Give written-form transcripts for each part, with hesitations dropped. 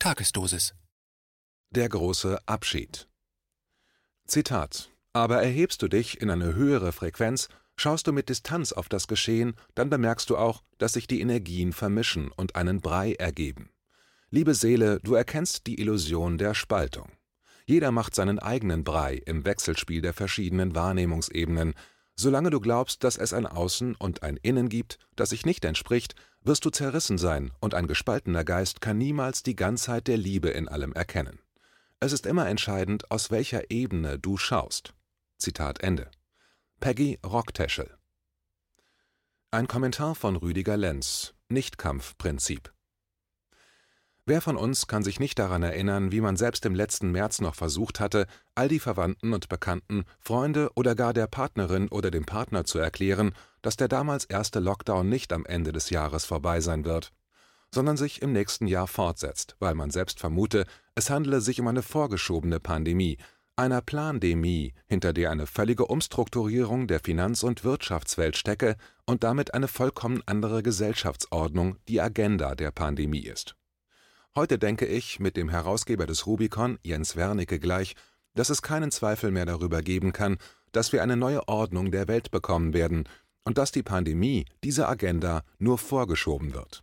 Tagesdosis. Der große Abschied. Zitat: Aber erhebst du dich in eine höhere Frequenz, schaust du mit Distanz auf das Geschehen, dann bemerkst du auch, dass sich die Energien vermischen und einen Brei ergeben. Liebe Seele, du erkennst die Illusion der Spaltung. Jeder macht seinen eigenen Brei im Wechselspiel der verschiedenen Wahrnehmungsebenen. Solange du glaubst, dass es ein Außen und ein Innen gibt, das sich nicht entspricht, wirst du zerrissen sein, und ein gespaltener Geist kann niemals die Ganzheit der Liebe in allem erkennen. Es ist immer entscheidend, aus welcher Ebene du schaust. Zitat Ende. Peggy Rockteschel. Ein Kommentar von Rüdiger Lenz, Nichtkampfprinzip. Wer von uns kann sich nicht daran erinnern, wie man selbst im letzten März noch versucht hatte, all die Verwandten und Bekannten, Freunde oder gar der Partnerin oder dem Partner zu erklären, dass der damals erste Lockdown nicht am Ende des Jahres vorbei sein wird, sondern sich im nächsten Jahr fortsetzt, weil man selbst vermute, es handele sich um eine vorgeschobene Pandemie, einer Plandemie, hinter der eine völlige Umstrukturierung der Finanz- und Wirtschaftswelt stecke und damit eine vollkommen andere Gesellschaftsordnung die Agenda der Pandemie ist. Heute denke ich, mit dem Herausgeber des Rubicon, Jens Wernicke, gleich, dass es keinen Zweifel mehr darüber geben kann, dass wir eine neue Ordnung der Welt bekommen werden und dass die Pandemie dieser Agenda nur vorgeschoben wird.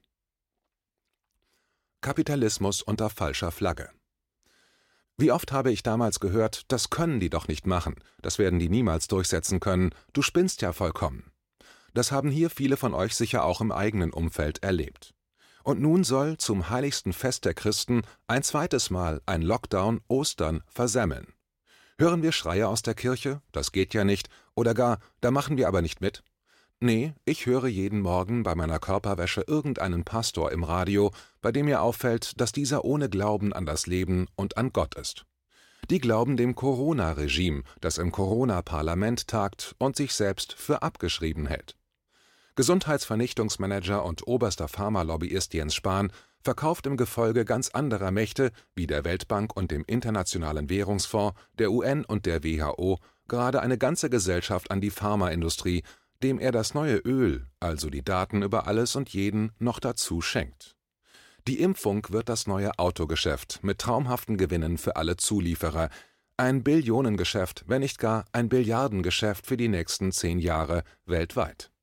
Kapitalismus unter falscher Flagge. Wie oft habe ich damals gehört, das können die doch nicht machen, das werden die niemals durchsetzen können, du spinnst ja vollkommen. Das haben hier viele von euch sicher auch im eigenen Umfeld erlebt. Und nun soll zum heiligsten Fest der Christen ein zweites Mal ein Lockdown Ostern versemmeln. Hören wir Schreie aus der Kirche, das geht ja nicht, oder gar, da machen wir aber nicht mit? Nee, ich höre jeden Morgen bei meiner Körperwäsche irgendeinen Pastor im Radio, bei dem mir auffällt, dass dieser ohne Glauben an das Leben und an Gott ist. Die glauben dem Corona-Regime, das im Corona-Parlament tagt und sich selbst für abgeschrieben hält. Gesundheitsvernichtungsmanager und oberster Pharmalobbyist Jens Spahn verkauft im Gefolge ganz anderer Mächte wie der Weltbank und dem Internationalen Währungsfonds, der UN und der WHO gerade eine ganze Gesellschaft an die Pharmaindustrie, dem er das neue Öl, also die Daten über alles und jeden, noch dazu schenkt. Die Impfung wird das neue Autogeschäft mit traumhaften Gewinnen für alle Zulieferer, ein Billionengeschäft, wenn nicht gar ein Billiardengeschäft für die nächsten 10 Jahre weltweit.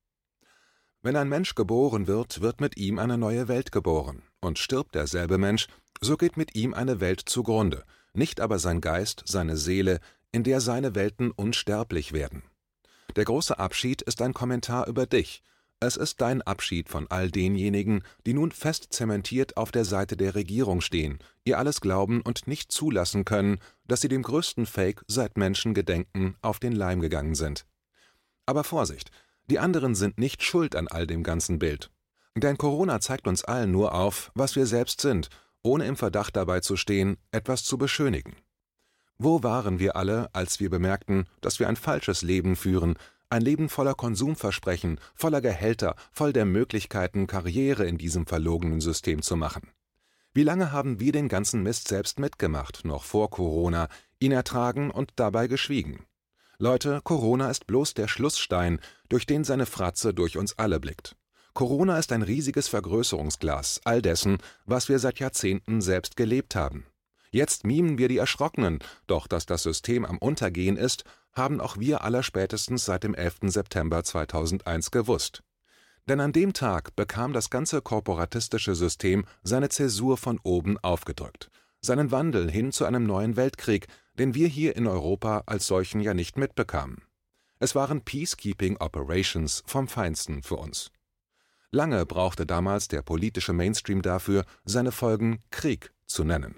Wenn ein Mensch geboren wird, wird mit ihm eine neue Welt geboren. Und stirbt derselbe Mensch, so geht mit ihm eine Welt zugrunde, nicht aber sein Geist, seine Seele, in der seine Welten unsterblich werden. Der große Abschied ist ein Kommentar über dich. Es ist dein Abschied von all denjenigen, die nun fest zementiert auf der Seite der Regierung stehen, ihr alles glauben und nicht zulassen können, dass sie dem größten Fake seit Menschengedenken auf den Leim gegangen sind. Aber Vorsicht! Die anderen sind nicht schuld an all dem ganzen Bild. Denn Corona zeigt uns allen nur auf, was wir selbst sind, ohne im Verdacht dabei zu stehen, etwas zu beschönigen. Wo waren wir alle, als wir bemerkten, dass wir ein falsches Leben führen, ein Leben voller Konsumversprechen, voller Gehälter, voll der Möglichkeiten, Karriere in diesem verlogenen System zu machen? Wie lange haben wir den ganzen Mist selbst mitgemacht, noch vor Corona, ihn ertragen und dabei geschwiegen? Leute, Corona ist bloß der Schlussstein, durch den seine Fratze durch uns alle blickt. Corona ist ein riesiges Vergrößerungsglas all dessen, was wir seit Jahrzehnten selbst gelebt haben. Jetzt mimen wir die Erschrockenen, doch dass das System am Untergehen ist, haben auch wir allerspätestens seit dem 11. September 2001 gewusst. Denn an dem Tag bekam das ganze korporatistische System seine Zäsur von oben aufgedrückt, seinen Wandel hin zu einem neuen Weltkrieg, den wir hier in Europa als solchen ja nicht mitbekamen. Es waren Peacekeeping Operations vom Feinsten für uns. Lange brauchte damals der politische Mainstream dafür, seine Folgen Krieg zu nennen.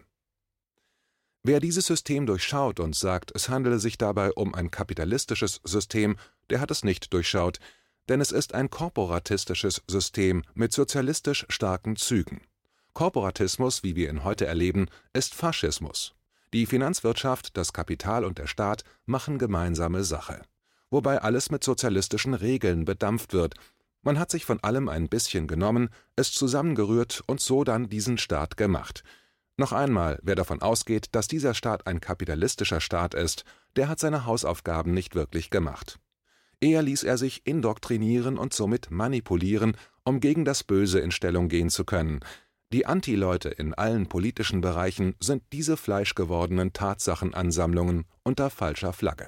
Wer dieses System durchschaut und sagt, es handele sich dabei um ein kapitalistisches System, der hat es nicht durchschaut, denn es ist ein korporatistisches System mit sozialistisch starken Zügen. Korporatismus, wie wir ihn heute erleben, ist Faschismus. Die Finanzwirtschaft, das Kapital und der Staat machen gemeinsame Sache. Wobei alles mit sozialistischen Regeln bedampft wird. Man hat sich von allem ein bisschen genommen, es zusammengerührt und so dann diesen Staat gemacht. Noch einmal, wer davon ausgeht, dass dieser Staat ein kapitalistischer Staat ist, der hat seine Hausaufgaben nicht wirklich gemacht. Eher ließ er sich indoktrinieren und somit manipulieren, um gegen das Böse in Stellung gehen zu können. Die Anti-Leute in allen politischen Bereichen sind diese fleischgewordenen Tatsachenansammlungen unter falscher Flagge.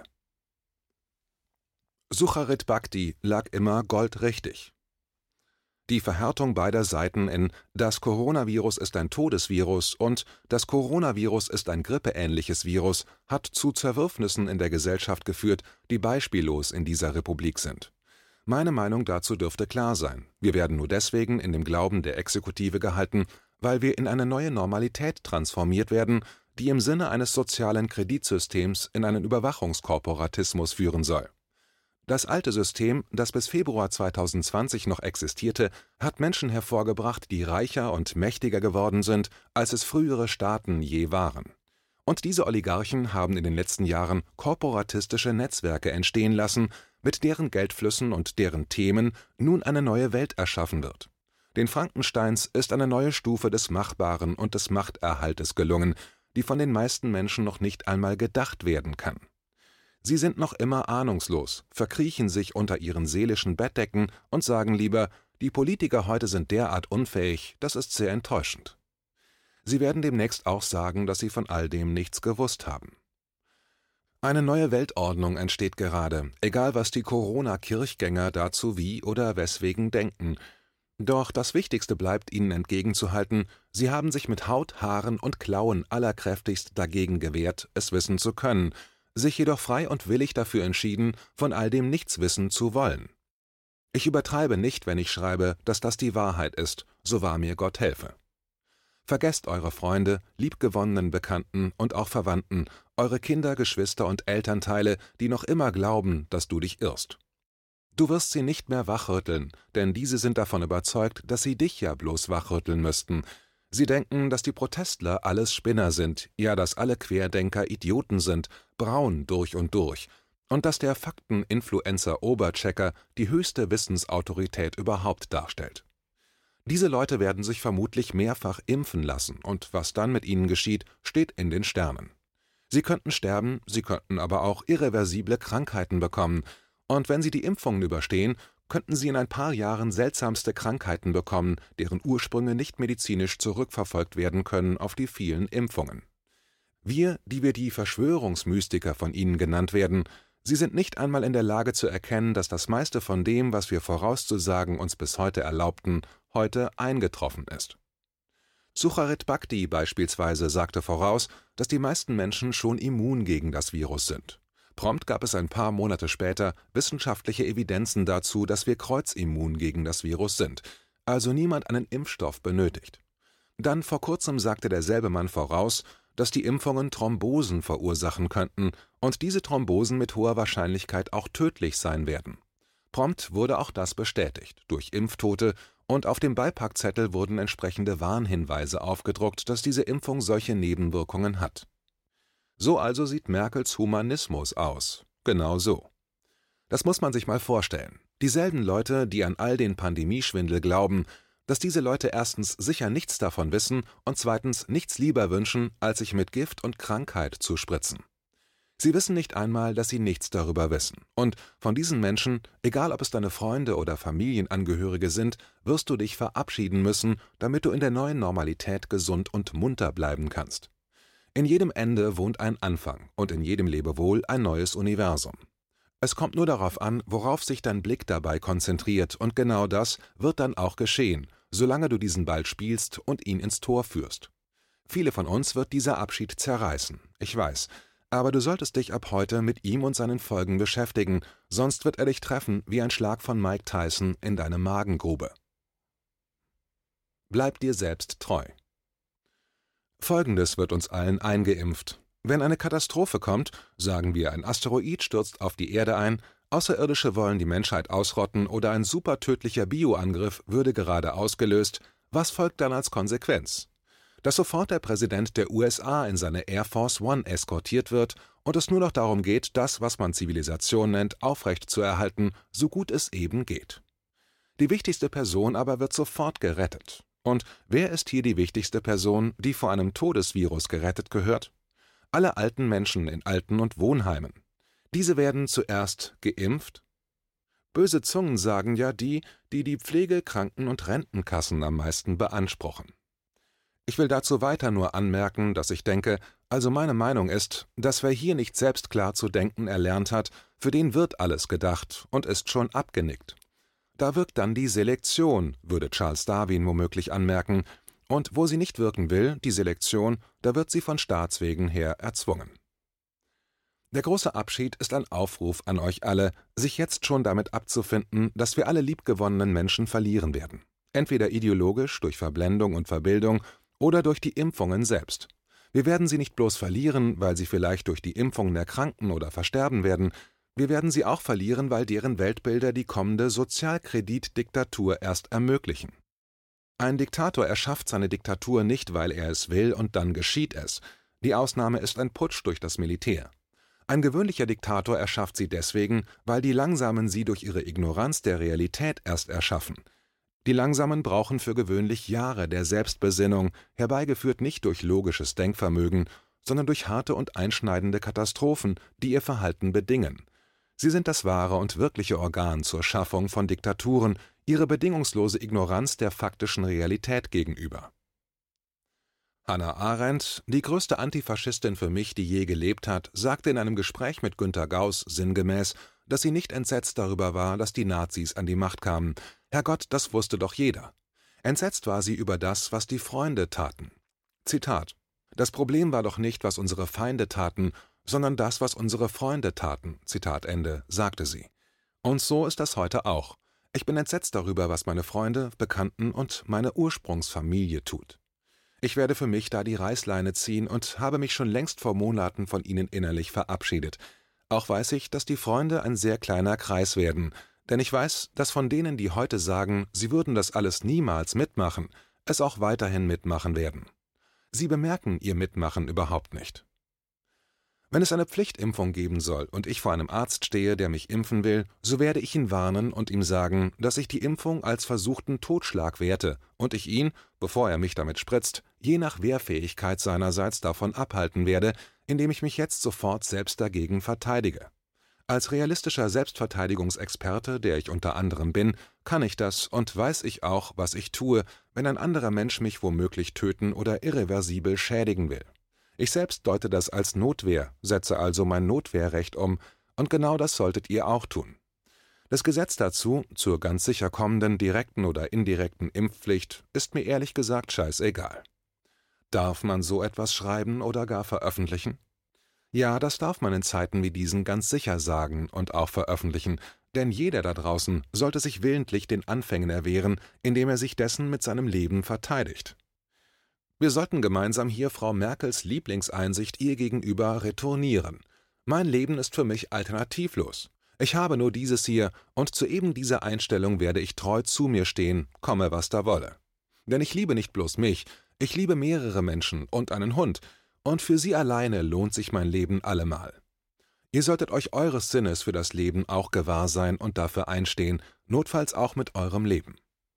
Sucharit Bhakdi lag immer goldrichtig. Die Verhärtung beider Seiten in »Das Coronavirus ist ein Todesvirus« und »Das Coronavirus ist ein grippeähnliches Virus« hat zu Zerwürfnissen in der Gesellschaft geführt, die beispiellos in dieser Republik sind. Meine Meinung dazu dürfte klar sein: Wir werden nur deswegen in dem Glauben der Exekutive gehalten, weil wir in eine neue Normalität transformiert werden, die im Sinne eines sozialen Kreditsystems in einen Überwachungskorporatismus führen soll. Das alte System, das bis Februar 2020 noch existierte, hat Menschen hervorgebracht, die reicher und mächtiger geworden sind, als es frühere Staaten je waren. Und diese Oligarchen haben in den letzten Jahren korporatistische Netzwerke entstehen lassen, mit deren Geldflüssen und deren Themen nun eine neue Welt erschaffen wird. Den Frankensteins ist eine neue Stufe des Machbaren und des Machterhaltes gelungen, die von den meisten Menschen noch nicht einmal gedacht werden kann. Sie sind noch immer ahnungslos, verkriechen sich unter ihren seelischen Bettdecken und sagen lieber, die Politiker heute sind derart unfähig, das ist sehr enttäuschend. Sie werden demnächst auch sagen, dass sie von all dem nichts gewusst haben. Eine neue Weltordnung entsteht gerade, egal was die Corona-Kirchgänger dazu wie oder weswegen denken. Doch das Wichtigste bleibt ihnen entgegenzuhalten, sie haben sich mit Haut, Haaren und Klauen allerkräftigst dagegen gewehrt, es wissen zu können, sich jedoch frei und willig dafür entschieden, von all dem nichts wissen zu wollen. Ich übertreibe nicht, wenn ich schreibe, dass das die Wahrheit ist, so wahr mir Gott helfe. Vergesst eure Freunde, liebgewonnenen Bekannten und auch Verwandten, eure Kinder, Geschwister und Elternteile, die noch immer glauben, dass du dich irrst. Du wirst sie nicht mehr wachrütteln, denn diese sind davon überzeugt, dass sie dich ja bloß wachrütteln müssten. Sie denken, dass die Protestler alles Spinner sind, ja, dass alle Querdenker Idioten sind, braun durch und dass der Fakten-Influencer Oberchecker die höchste Wissensautorität überhaupt darstellt. Diese Leute werden sich vermutlich mehrfach impfen lassen, und was dann mit ihnen geschieht, steht in den Sternen. Sie könnten sterben, sie könnten aber auch irreversible Krankheiten bekommen, und wenn sie die Impfungen überstehen, könnten sie in ein paar Jahren seltsamste Krankheiten bekommen, deren Ursprünge nicht medizinisch zurückverfolgt werden können auf die vielen Impfungen. Wir, die wir die Verschwörungsmystiker von ihnen genannt werden, sie sind nicht einmal in der Lage zu erkennen, dass das meiste von dem, was wir vorauszusagen uns bis heute erlaubten, heute eingetroffen ist. Sucharit Bhakdi beispielsweise sagte voraus, dass die meisten Menschen schon immun gegen das Virus sind. Prompt gab es ein paar Monate später wissenschaftliche Evidenzen dazu, dass wir kreuzimmun gegen das Virus sind, also niemand einen Impfstoff benötigt. Dann vor kurzem sagte derselbe Mann voraus, dass die Impfungen Thrombosen verursachen könnten und diese Thrombosen mit hoher Wahrscheinlichkeit auch tödlich sein werden. Prompt wurde auch das bestätigt durch Impftote, und auf dem Beipackzettel wurden entsprechende Warnhinweise aufgedruckt, dass diese Impfung solche Nebenwirkungen hat. So also sieht Merkels Humanismus aus. Genau so. Das muss man sich mal vorstellen. Dieselben Leute, die an all den Pandemieschwindel glauben, dass diese Leute erstens sicher nichts davon wissen und zweitens nichts lieber wünschen, als sich mit Gift und Krankheit zu spritzen. Sie wissen nicht einmal, dass sie nichts darüber wissen. Und von diesen Menschen, egal ob es deine Freunde oder Familienangehörige sind, wirst du dich verabschieden müssen, damit du in der neuen Normalität gesund und munter bleiben kannst. In jedem Ende wohnt ein Anfang und in jedem Lebewohl ein neues Universum. Es kommt nur darauf an, worauf sich dein Blick dabei konzentriert, und genau das wird dann auch geschehen, solange du diesen Ball spielst und ihn ins Tor führst. Viele von uns wird dieser Abschied zerreißen, ich weiß, aber du solltest dich ab heute mit ihm und seinen Folgen beschäftigen, sonst wird er dich treffen wie ein Schlag von Mike Tyson in deine Magengrube. Bleib dir selbst treu. Folgendes wird uns allen eingeimpft. Wenn eine Katastrophe kommt, sagen wir, ein Asteroid stürzt auf die Erde ein, Außerirdische wollen die Menschheit ausrotten oder ein supertödlicher Bioangriff würde gerade ausgelöst, was folgt dann als Konsequenz? Dass sofort der Präsident der USA in seine Air Force One eskortiert wird und es nur noch darum geht, das, was man Zivilisation nennt, aufrechtzuerhalten, so gut es eben geht. Die wichtigste Person aber wird sofort gerettet. Und wer ist hier die wichtigste Person, die vor einem Todesvirus gerettet gehört? Alle alten Menschen in Alten- und Wohnheimen. Diese werden zuerst geimpft. Böse Zungen sagen ja die Pflege-, Kranken- und Rentenkassen am meisten beanspruchen. Ich will dazu weiter nur anmerken, dass ich denke, also meine Meinung ist, dass wer hier nicht selbst klar zu denken erlernt hat, für den wird alles gedacht und ist schon abgenickt. Da wirkt dann die Selektion, würde Charles Darwin womöglich anmerken, und wo sie nicht wirken will, die Selektion, da wird sie von Staatswegen her erzwungen. Der große Abschied ist ein Aufruf an euch alle, sich jetzt schon damit abzufinden, dass wir alle liebgewonnenen Menschen verlieren werden. Entweder ideologisch durch Verblendung und Verbildung oder durch die Impfungen selbst. Wir werden sie nicht bloß verlieren, weil sie vielleicht durch die Impfungen erkranken oder versterben werden, wir werden sie auch verlieren, weil deren Weltbilder die kommende Sozialkreditdiktatur erst ermöglichen. Ein Diktator erschafft seine Diktatur nicht, weil er es will und dann geschieht es. Die Ausnahme ist ein Putsch durch das Militär. Ein gewöhnlicher Diktator erschafft sie deswegen, weil die Langsamen sie durch ihre Ignoranz der Realität erst erschaffen. Die Langsamen brauchen für gewöhnlich Jahre der Selbstbesinnung, herbeigeführt nicht durch logisches Denkvermögen, sondern durch harte und einschneidende Katastrophen, die ihr Verhalten bedingen. Sie sind das wahre und wirkliche Organ zur Schaffung von Diktaturen, ihre bedingungslose Ignoranz der faktischen Realität gegenüber. Hannah Arendt, die größte Antifaschistin für mich, die je gelebt hat, sagte in einem Gespräch mit Günter Gauss sinngemäß, dass sie nicht entsetzt darüber war, dass die Nazis an die Macht kamen. Herrgott, das wusste doch jeder. Entsetzt war sie über das, was die Freunde taten. Zitat: Das Problem war doch nicht, was unsere Feinde taten, sondern das, was unsere Freunde taten. Zitat Ende, sagte sie. Und so ist das heute auch. Ich bin entsetzt darüber, was meine Freunde, Bekannten und meine Ursprungsfamilie tut. Ich werde für mich da die Reißleine ziehen und habe mich schon längst vor Monaten von ihnen innerlich verabschiedet. Auch weiß ich, dass die Freunde ein sehr kleiner Kreis werden, denn ich weiß, dass von denen, die heute sagen, sie würden das alles niemals mitmachen, es auch weiterhin mitmachen werden. Sie bemerken ihr Mitmachen überhaupt nicht. Wenn es eine Pflichtimpfung geben soll und ich vor einem Arzt stehe, der mich impfen will, so werde ich ihn warnen und ihm sagen, dass ich die Impfung als versuchten Totschlag werte und ich ihn, bevor er mich damit spritzt, je nach Wehrfähigkeit seinerseits davon abhalten werde, indem ich mich jetzt sofort selbst dagegen verteidige. Als realistischer Selbstverteidigungsexperte, der ich unter anderem bin, kann ich das und weiß ich auch, was ich tue, wenn ein anderer Mensch mich womöglich töten oder irreversibel schädigen will. Ich selbst deute das als Notwehr, setze also mein Notwehrrecht um, und genau das solltet ihr auch tun. Das Gesetz dazu, zur ganz sicher kommenden direkten oder indirekten Impfpflicht, ist mir ehrlich gesagt scheißegal. Darf man so etwas schreiben oder gar veröffentlichen? Ja, das darf man in Zeiten wie diesen ganz sicher sagen und auch veröffentlichen, denn jeder da draußen sollte sich willentlich den Anfängen erwehren, indem er sich dessen mit seinem Leben verteidigt. Wir sollten gemeinsam hier Frau Merkels Lieblingseinsicht ihr gegenüber retournieren. Mein Leben ist für mich alternativlos. Ich habe nur dieses hier, und zu eben dieser Einstellung werde ich treu zu mir stehen, komme was da wolle. Denn ich liebe nicht bloß mich, ich liebe mehrere Menschen und einen Hund, und für sie alleine lohnt sich mein Leben allemal. Ihr solltet euch eures Sinnes für das Leben auch gewahr sein und dafür einstehen, notfalls auch mit eurem Leben.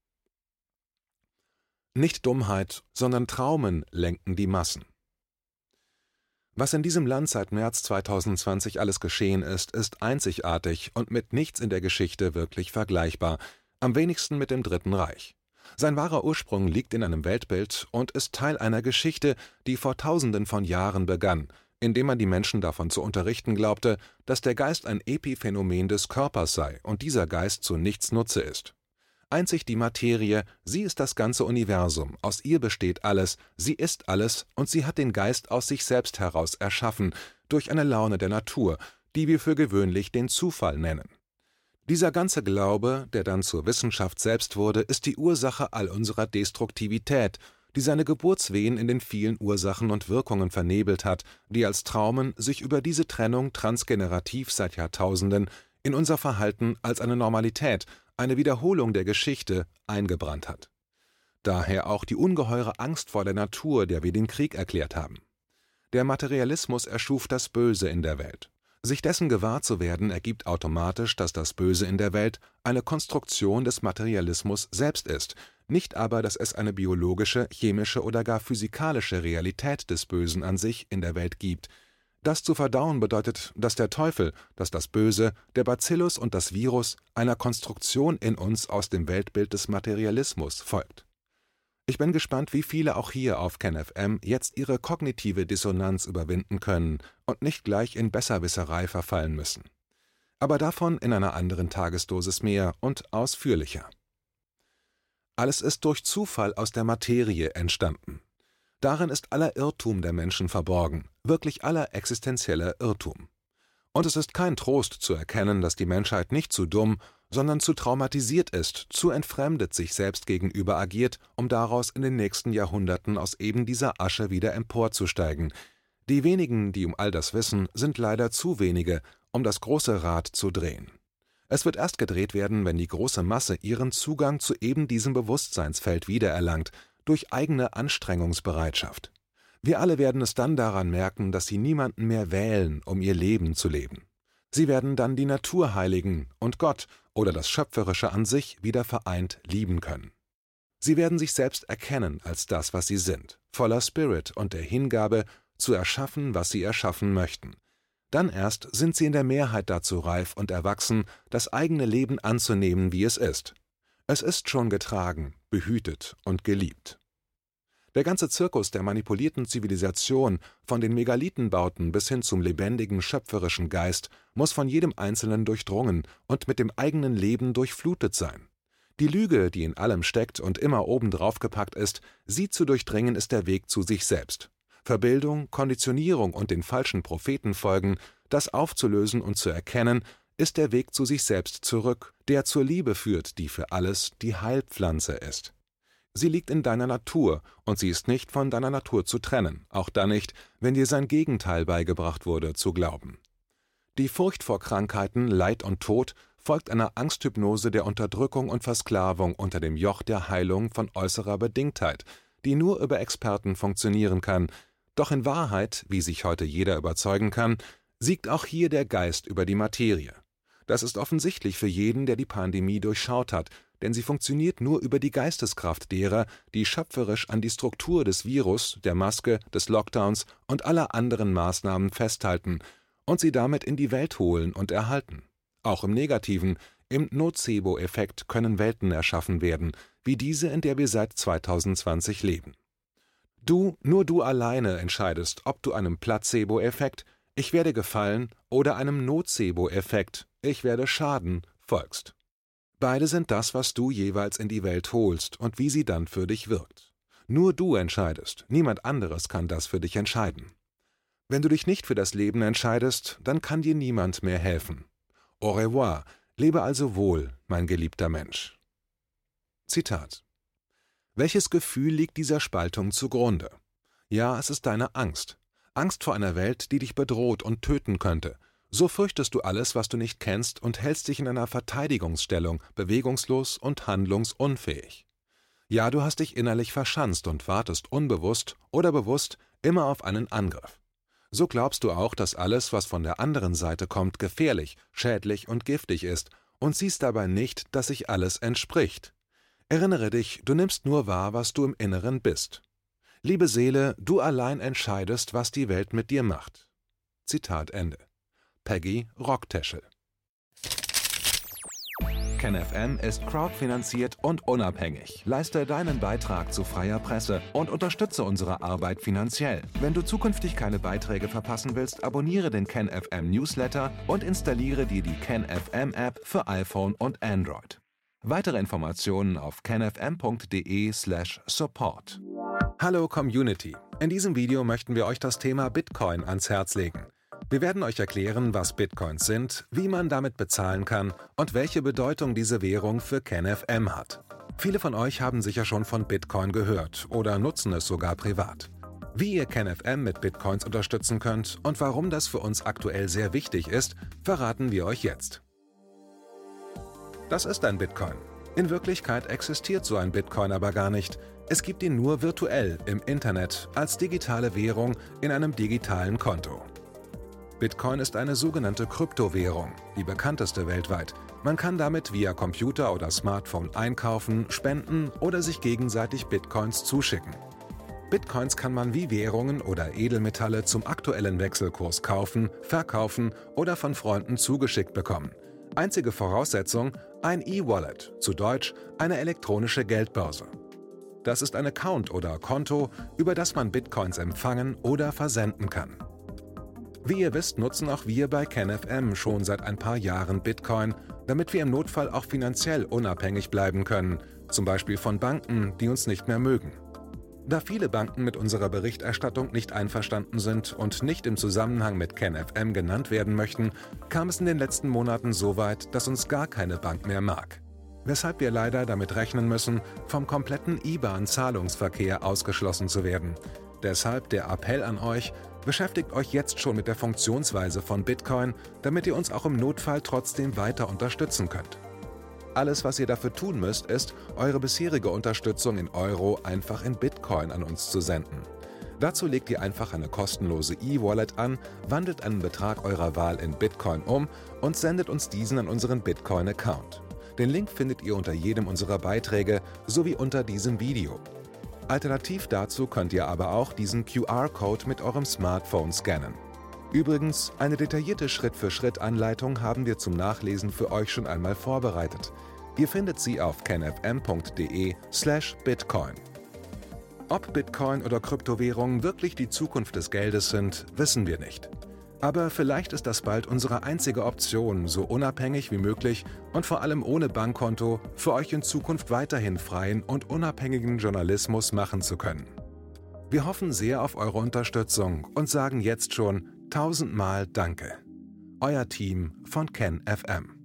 Nicht Dummheit, sondern Traumen lenken die Massen. Was in diesem Land seit März 2020 alles geschehen ist, ist einzigartig und mit nichts in der Geschichte wirklich vergleichbar, am wenigsten mit dem Dritten Reich. Sein wahrer Ursprung liegt in einem Weltbild und ist Teil einer Geschichte, die vor Tausenden von Jahren begann, indem man die Menschen davon zu unterrichten glaubte, dass der Geist ein Epiphänomen des Körpers sei und dieser Geist zu nichts Nutze ist. Einzig die Materie, sie ist das ganze Universum, aus ihr besteht alles, sie ist alles und sie hat den Geist aus sich selbst heraus erschaffen, durch eine Laune der Natur, die wir für gewöhnlich den Zufall nennen. Dieser ganze Glaube, der dann zur Wissenschaft selbst wurde, ist die Ursache all unserer Destruktivität, die seine Geburtswehen in den vielen Ursachen und Wirkungen vernebelt hat, die als Traumen sich über diese Trennung transgenerativ seit Jahrtausenden in unser Verhalten als eine Normalität, eine Wiederholung der Geschichte, eingebrannt hat. Daher auch die ungeheure Angst vor der Natur, der wir den Krieg erklärt haben. Der Materialismus erschuf das Böse in der Welt. Sich dessen gewahr zu werden, ergibt automatisch, dass das Böse in der Welt eine Konstruktion des Materialismus selbst ist, nicht aber, dass es eine biologische, chemische oder gar physikalische Realität des Bösen an sich in der Welt gibt. Das zu verdauen bedeutet, dass der Teufel, dass das Böse, der Bacillus und das Virus einer Konstruktion in uns aus dem Weltbild des Materialismus folgt. Ich bin gespannt, wie viele auch hier auf KenFM jetzt ihre kognitive Dissonanz überwinden können und nicht gleich in Besserwisserei verfallen müssen. Aber davon in einer anderen Tagesdosis mehr und ausführlicher. Alles ist durch Zufall aus der Materie entstanden. Darin ist aller Irrtum der Menschen verborgen, wirklich aller existenzieller Irrtum. Und es ist kein Trost zu erkennen, dass die Menschheit nicht zu dumm, sondern zu traumatisiert ist, zu entfremdet sich selbst gegenüber agiert, um daraus in den nächsten Jahrhunderten aus eben dieser Asche wieder emporzusteigen. Die wenigen, die um all das wissen, sind leider zu wenige, um das große Rad zu drehen. Es wird erst gedreht werden, wenn die große Masse ihren Zugang zu eben diesem Bewusstseinsfeld wiedererlangt, durch eigene Anstrengungsbereitschaft. Wir alle werden es dann daran merken, dass sie niemanden mehr wählen, um ihr Leben zu leben. Sie werden dann die Natur heiligen und Gott oder das Schöpferische an sich wieder vereint lieben können. Sie werden sich selbst erkennen als das, was sie sind, voller Spirit und der Hingabe, zu erschaffen, was sie erschaffen möchten. Dann erst sind sie in der Mehrheit dazu reif und erwachsen, das eigene Leben anzunehmen, wie es ist. Es ist schon getragen, behütet und geliebt. Der ganze Zirkus der manipulierten Zivilisation, von den Megalithenbauten bis hin zum lebendigen, schöpferischen Geist, muss von jedem Einzelnen durchdrungen und mit dem eigenen Leben durchflutet sein. Die Lüge, die in allem steckt und immer obendrauf gepackt ist, sie zu durchdringen, ist der Weg zu sich selbst. Verbildung, Konditionierung und den falschen Propheten folgen, das aufzulösen und zu erkennen, ist der Weg zu sich selbst zurück, der zur Liebe führt, die für alles die Heilpflanze ist. Sie liegt in deiner Natur, und sie ist nicht von deiner Natur zu trennen, auch dann nicht, wenn dir sein Gegenteil beigebracht wurde, zu glauben. Die Furcht vor Krankheiten, Leid und Tod folgt einer Angsthypnose der Unterdrückung und Versklavung unter dem Joch der Heilung von äußerer Bedingtheit, die nur über Experten funktionieren kann. Doch in Wahrheit, wie sich heute jeder überzeugen kann, siegt auch hier der Geist über die Materie. Das ist offensichtlich für jeden, der die Pandemie durchschaut hat, denn sie funktioniert nur über die Geisteskraft derer, die schöpferisch an die Struktur des Virus, der Maske, des Lockdowns und aller anderen Maßnahmen festhalten und sie damit in die Welt holen und erhalten. Auch im Negativen, im Nocebo-Effekt können Welten erschaffen werden, wie diese, in der wir seit 2020 leben. Nur du alleine entscheidest, ob du einem Placebo-Effekt, ich werde gefallen, oder einem Nocebo-Effekt, ich werde schaden, folgst. Beide sind das, was du jeweils in die Welt holst und wie sie dann für dich wirkt. Nur du entscheidest, niemand anderes kann das für dich entscheiden. Wenn du dich nicht für das Leben entscheidest, dann kann dir niemand mehr helfen. Au revoir, lebe also wohl, mein geliebter Mensch. Zitat: Welches Gefühl liegt dieser Spaltung zugrunde? Ja, es ist deine Angst. Angst vor einer Welt, die dich bedroht und töten könnte. So fürchtest du alles, was du nicht kennst, und hältst dich in einer Verteidigungsstellung, bewegungslos und handlungsunfähig. Ja, du hast dich innerlich verschanzt und wartest unbewusst oder bewusst immer auf einen Angriff. So glaubst du auch, dass alles, was von der anderen Seite kommt, gefährlich, schädlich und giftig ist und siehst dabei nicht, dass sich alles entspricht. Erinnere dich, du nimmst nur wahr, was du im Inneren bist. Liebe Seele, du allein entscheidest, was die Welt mit dir macht. Zitat Ende. Peggy Rockteschel. KenFM ist crowdfinanziert und unabhängig. Leiste deinen Beitrag zu freier Presse und unterstütze unsere Arbeit finanziell. Wenn du zukünftig keine Beiträge verpassen willst, abonniere den KenFM Newsletter und installiere dir die KenFM App für iPhone und Android. Weitere Informationen auf kenfm.de/support. Hallo Community! In diesem Video möchten wir euch das Thema Bitcoin ans Herz legen. Wir werden euch erklären, was Bitcoins sind, wie man damit bezahlen kann und welche Bedeutung diese Währung für KenFM hat. Viele von euch haben sicher schon von Bitcoin gehört oder nutzen es sogar privat. Wie ihr KenFM mit Bitcoins unterstützen könnt und warum das für uns aktuell sehr wichtig ist, verraten wir euch jetzt. Das ist ein Bitcoin. In Wirklichkeit existiert so ein Bitcoin aber gar nicht. Es gibt ihn nur virtuell im Internet als digitale Währung in einem digitalen Konto. Bitcoin ist eine sogenannte Kryptowährung, die bekannteste weltweit. Man kann damit via Computer oder Smartphone einkaufen, spenden oder sich gegenseitig Bitcoins zuschicken. Bitcoins kann man wie Währungen oder Edelmetalle zum aktuellen Wechselkurs kaufen, verkaufen oder von Freunden zugeschickt bekommen. Einzige Voraussetzung: ein E-Wallet, zu Deutsch eine elektronische Geldbörse. Das ist ein Account oder Konto, über das man Bitcoins empfangen oder versenden kann. Wie ihr wisst, nutzen auch wir bei KenFM schon seit ein paar Jahren Bitcoin, damit wir im Notfall auch finanziell unabhängig bleiben können, zum Beispiel von Banken, die uns nicht mehr mögen. Da viele Banken mit unserer Berichterstattung nicht einverstanden sind und nicht im Zusammenhang mit KenFM genannt werden möchten, kam es in den letzten Monaten so weit, dass uns gar keine Bank mehr mag. Weshalb wir leider damit rechnen müssen, vom kompletten IBAN-Zahlungsverkehr ausgeschlossen zu werden. Deshalb der Appell an euch: Beschäftigt euch jetzt schon mit der Funktionsweise von Bitcoin, damit ihr uns auch im Notfall trotzdem weiter unterstützen könnt. Alles, was ihr dafür tun müsst, ist, eure bisherige Unterstützung in Euro einfach in Bitcoin an uns zu senden. Dazu legt ihr einfach eine kostenlose E-Wallet an, wandelt einen Betrag eurer Wahl in Bitcoin um und sendet uns diesen an unseren Bitcoin-Account. Den Link findet ihr unter jedem unserer Beiträge sowie unter diesem Video. Alternativ dazu könnt ihr aber auch diesen QR-Code mit eurem Smartphone scannen. Übrigens, eine detaillierte Schritt-für-Schritt-Anleitung haben wir zum Nachlesen für euch schon einmal vorbereitet. Ihr findet sie auf kenfm.de/bitcoin. Ob Bitcoin oder Kryptowährungen wirklich die Zukunft des Geldes sind, wissen wir nicht. Aber vielleicht ist das bald unsere einzige Option, so unabhängig wie möglich und vor allem ohne Bankkonto für euch in Zukunft weiterhin freien und unabhängigen Journalismus machen zu können. Wir hoffen sehr auf eure Unterstützung und sagen jetzt schon 1000-mal Danke. Euer Team von KenFM.